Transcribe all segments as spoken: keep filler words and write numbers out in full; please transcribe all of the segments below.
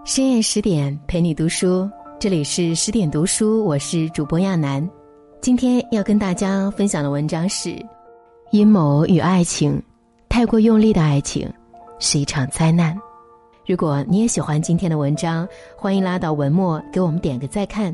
深夜十点陪你读书，这里是十点读书，我是主播亚楠。今天要跟大家分享的文章是阴谋与爱情，太过用力的爱情是一场灾难。如果你也喜欢今天的文章，欢迎拉到文末给我们点个再看。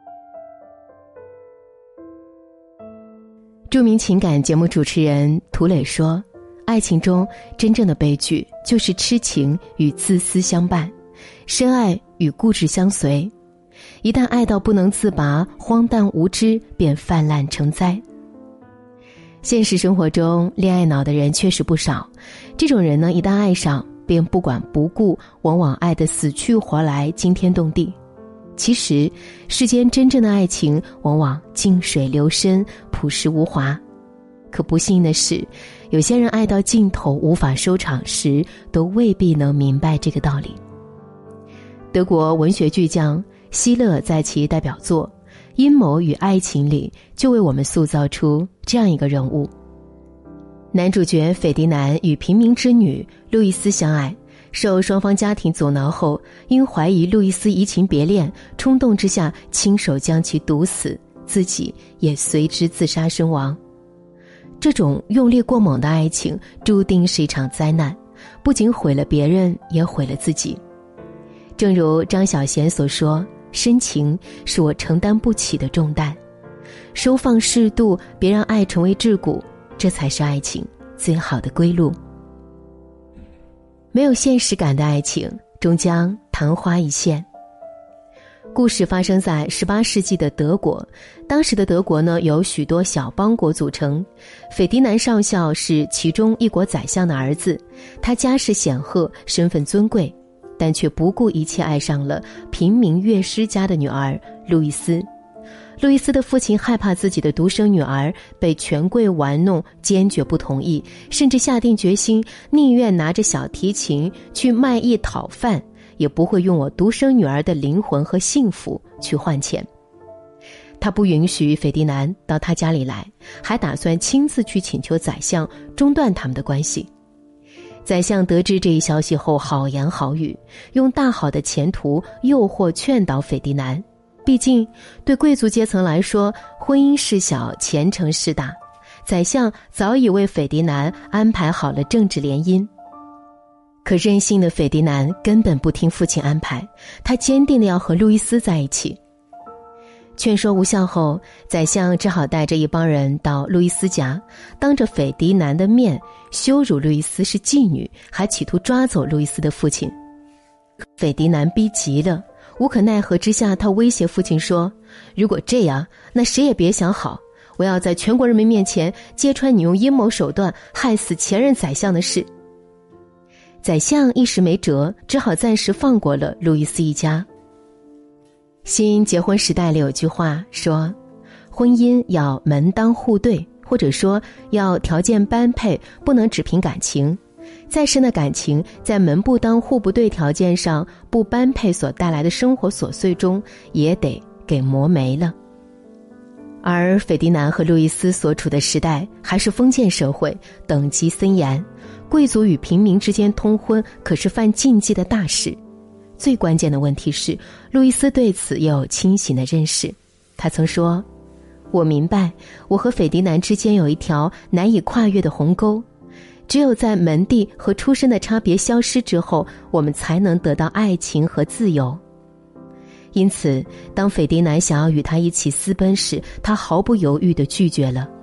著名情感节目主持人涂磊说，爱情中真正的悲剧就是痴情与自私相伴，深爱与固执相随，一旦爱到不能自拔，荒诞无知便泛滥成灾。现实生活中恋爱脑的人确实不少，这种人呢，一旦爱上便不管不顾，往往爱得死去活来，惊天动地。其实世间真正的爱情往往静水流深，朴实无华。可不幸的是，有些人爱到尽头无法收场时，都未必能明白这个道理。德国文学巨匠希勒在其代表作《阴谋与爱情》里就为我们塑造出这样一个人物。男主角斐迪南与平民之女路易斯相爱，受双方家庭阻挠后，因怀疑路易斯移情别恋，冲动之下亲手将其毒死，自己也随之自杀身亡。这种用力过猛的爱情注定是一场灾难，不仅毁了别人，也毁了自己。正如张小娴所说，深情是我承担不起的重担，收放适度，别让爱成为桎梏，这才是爱情最好的归路。没有现实感的爱情终将昙花一现。故事发生在十八世纪的德国，当时的德国呢，由许多小邦国组成。斐迪南上校是其中一国宰相的儿子，他家世显赫，身份尊贵，但却不顾一切爱上了平民乐师家的女儿路易斯。路易斯的父亲害怕自己的独生女儿被权贵玩弄，坚决不同意，甚至下定决心，宁愿拿着小提琴去卖艺讨饭，也不会用我独生女儿的灵魂和幸福去换钱。他不允许斐迪南到他家里来，还打算亲自去请求宰相中断他们的关系。宰相得知这一消息后，好言好语，用大好的前途诱惑劝导斐迪南。毕竟对贵族阶层来说，婚姻事小，前程事大，宰相早已为斐迪南安排好了政治联姻。可任性的斐迪南根本不听父亲安排，他坚定地要和路易斯在一起。劝说无效后，宰相只好带着一帮人到路易斯家，当着斐迪南的面羞辱路易斯是妓女，还企图抓走路易斯的父亲。斐迪南逼急了，无可奈何之下，他威胁父亲说，如果这样，那谁也别想好，我要在全国人民面前揭穿你用阴谋手段害死前任宰相的事。宰相一时没辙，只好暂时放过了路易斯一家。新结婚时代里有句话说，婚姻要门当户对，或者说要条件般配，不能只凭感情。再深的感情，在门不当户不对条件上不般配所带来的生活琐碎中，也得给磨没了。而斐迪南和路易斯所处的时代还是封建社会，等级森严，贵族与平民之间通婚可是犯禁忌的大事。最关键的问题是，路易斯对此也有清醒的认识。他曾说，我明白我和斐迪南之间有一条难以跨越的鸿沟，只有在门第和出身的差别消失之后，我们才能得到爱情和自由。因此，当斐迪南想要与他一起私奔时，他毫不犹豫地拒绝了。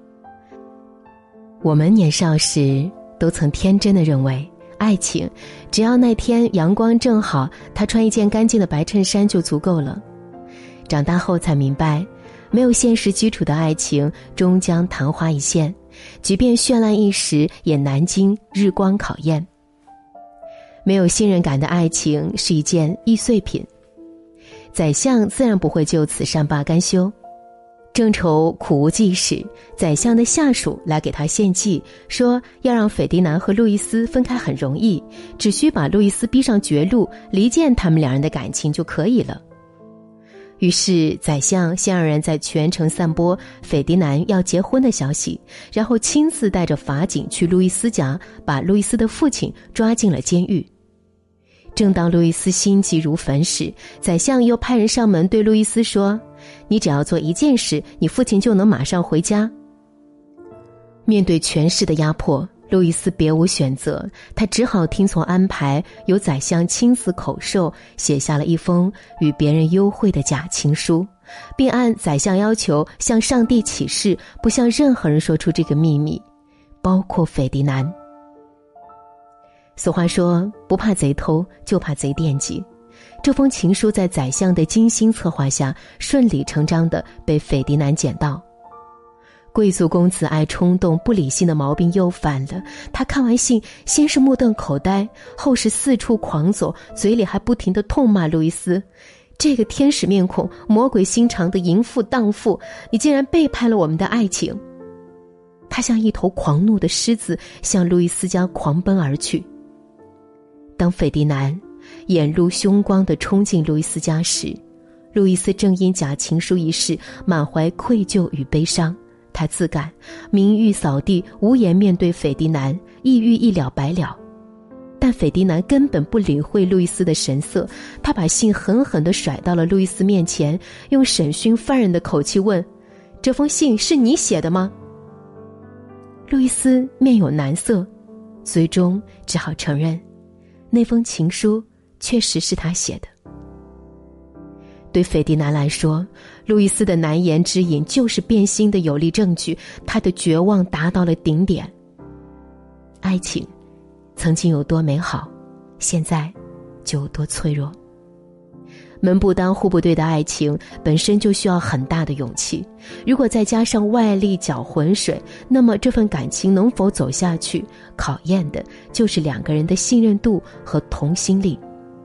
我们年少时都曾天真地认为，爱情只要那天阳光正好，他穿一件干净的白衬衫就足够了。长大后才明白，没有现实基础的爱情终将昙花一现，即便绚烂一时，也难经日光考验。没有信任感的爱情是一件易碎品，宰相自然不会就此善罢甘休。正愁苦无计时，宰相的下属来给他献计，说要让斐迪南和路易斯分开很容易，只需把路易斯逼上绝路，离间他们两人的感情就可以了。于是宰相先让人在全城散播斐迪南要结婚的消息，然后亲自带着法警去路易斯家，把路易斯的父亲抓进了监狱。 正当路易斯心急如焚时，宰相又派人上门对路易斯说，你只要做一件事，你父亲就能马上回家。面对权势的压迫，路易斯别无选择，他只好听从安排，由宰相亲自口授，写下了一封与别人幽会的假情书，并按宰相要求向上帝起誓，不向任何人说出这个秘密，包括斐迪南。俗话说，不怕贼偷，就怕贼惦记。这封情书在宰相的精心策划下，顺理成章地被斐迪南捡到。贵族公子爱冲动不理性的毛病又犯了，他看完信，先是目瞪口呆，后是四处狂走，嘴里还不停地痛骂路易斯，这个天使面孔、魔鬼心肠的淫妇荡妇，你竟然背叛了我们的爱情。他像一头狂怒的狮子，向路易斯家狂奔而去。当斐迪南眼露凶光地冲进路易斯家时，路易斯正因假情书一事满怀愧疚与悲伤，他自感名誉扫地，无颜面对斐迪南，抑郁一了百了。但斐迪南根本不理会路易斯的神色，他把信狠狠地甩到了路易斯面前，用审讯犯人的口气问，这封信是你写的吗？路易斯面有难色，最终只好承认，那封情书确实是他写的。对斐迪南来说，路易斯的难言之隐就是变心的有力证据，他的绝望达到了顶点。爱情曾经有多美好，现在就有多脆弱。门不当户不对的爱情本身就需要很大的勇气，如果再加上外力搅浑水，那么这份感情能否走下去，考验的就是两个人的信任度和同心力。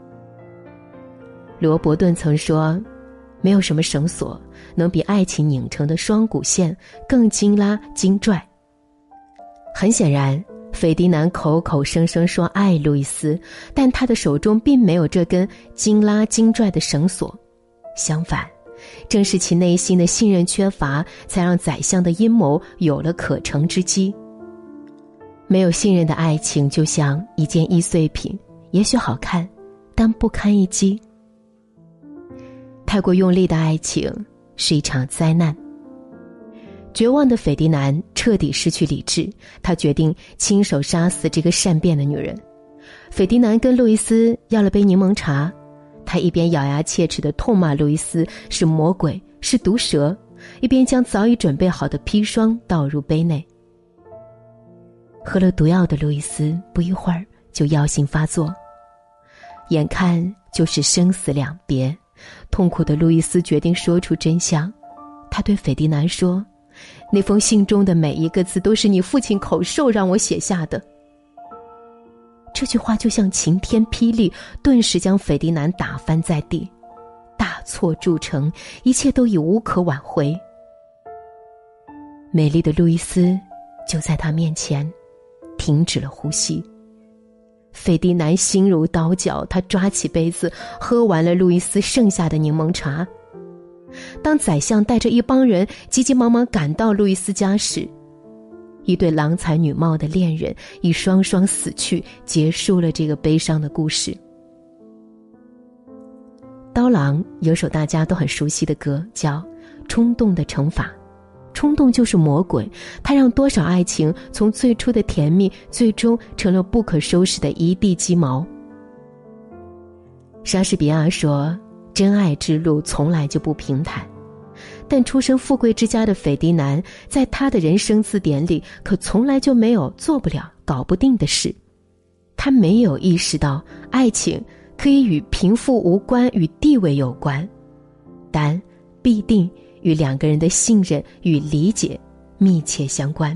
罗伯顿曾说，没有什么绳索能比爱情拧成的双股线更精拉精拽。很显然，斐迪南口口声声说爱路易斯，但他的手中并没有这根精拉精拽的绳索，相反，正是其内心的信任缺乏，才让宰相的阴谋有了可乘之机。没有信任的爱情就像一件易碎品，也许好看，但不堪一击。太过用力的爱情是一场灾难。绝望的斐迪南彻底失去理智，他决定亲手杀死这个善变的女人。斐迪南跟路易斯要了杯柠檬茶，他一边咬牙切齿地痛骂路易斯是魔鬼，是毒蛇，一边将早已准备好的砒霜倒入杯内。喝了毒药的路易斯不一会儿就药性发作，眼看就是生死两别，痛苦的路易斯决定说出真相。他对斐迪南说，那封信中的每一个字都是你父亲口授让我写下的。这句话就像晴天霹雳，顿时将斐迪南打翻在地，大错铸成，一切都已无可挽回。美丽的路易斯就在他面前停止了呼吸。斐迪南心如刀绞，他抓起杯子喝完了路易斯剩下的柠檬茶。当宰相带着一帮人急急忙忙赶到路易斯家时，一对郎才女貌的恋人已双双死去，结束了这个悲伤的故事。刀郎有首大家都很熟悉的歌，叫《冲动的惩罚》。冲动就是魔鬼，它让多少爱情从最初的甜蜜，最终成了不可收拾的一地鸡毛。莎士比亚说，真爱之路从来就不平坦，但出身富贵之家的斐迪南，在他的人生字典里可从来就没有做不了、搞不定的事。他没有意识到爱情可以与贫富无关，与地位有关，但必定与两个人的信任与理解密切相关。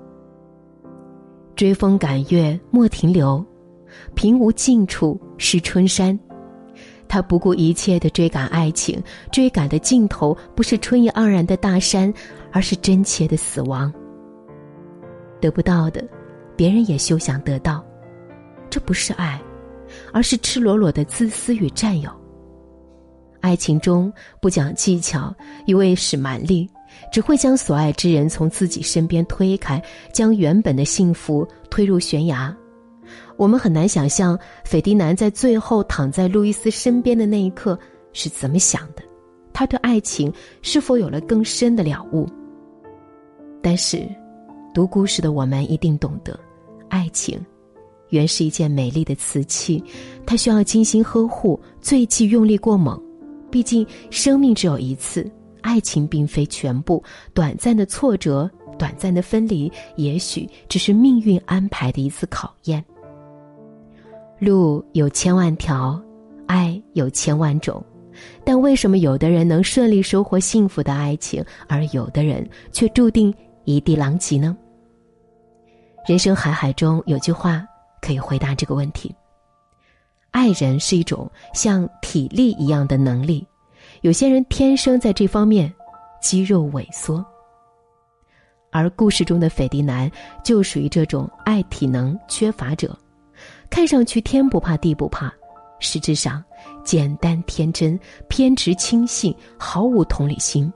追风赶月莫停留，平无尽处是春山。他不顾一切地追赶爱情，追赶的尽头不是春意盎然的大山，而是真切的死亡。得不到的，别人也休想得到，这不是爱，而是赤裸裸的自私与占有。爱情中不讲技巧，一味使蛮力，只会将所爱之人从自己身边推开，将原本的幸福推入悬崖。 我们很难想象斐迪南在最后躺在路易斯身边的那一刻是怎么想的，他对爱情是否有了更深的了悟。但是读故事的我们一定懂得，爱情原是一件美丽的瓷器，它需要精心呵护，最忌用力过猛。毕竟生命只有一次，爱情并非全部，短暂的挫折，短暂的分离，也许只是命运安排的一次考验。路有千万条，爱有千万种，但为什么有的人能顺利收获幸福的爱情，而有的人却注定一地狼藉呢？人生海海中有句话可以回答这个问题：爱人是一种像体力一样的能力，有些人天生在这方面肌肉萎缩，而故事中的斐迪南就属于这种爱体能缺乏者，看上去天不怕地不怕，实质上简单天真，偏执轻信，毫无同理心。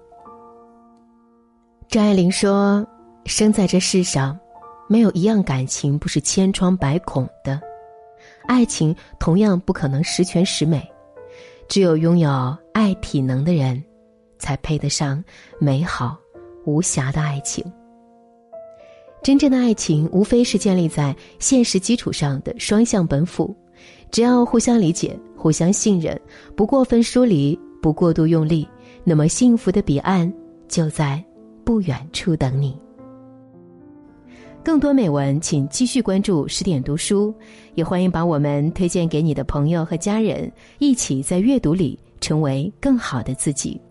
张爱玲说，生在这世上，没有一样感情不是千疮百孔的，爱情同样不可能十全十美，只有拥有爱体能的人，才配得上美好无瑕的爱情。真正的爱情无非是建立在现实基础上的双向奔赴，只要互相理解，互相信任，不过分疏离，不过度用力，那么幸福的彼岸就在不远处等你。更多美文请继续关注十点读书，也欢迎把我们推荐给你的朋友和家人，一起在阅读里成为更好的自己。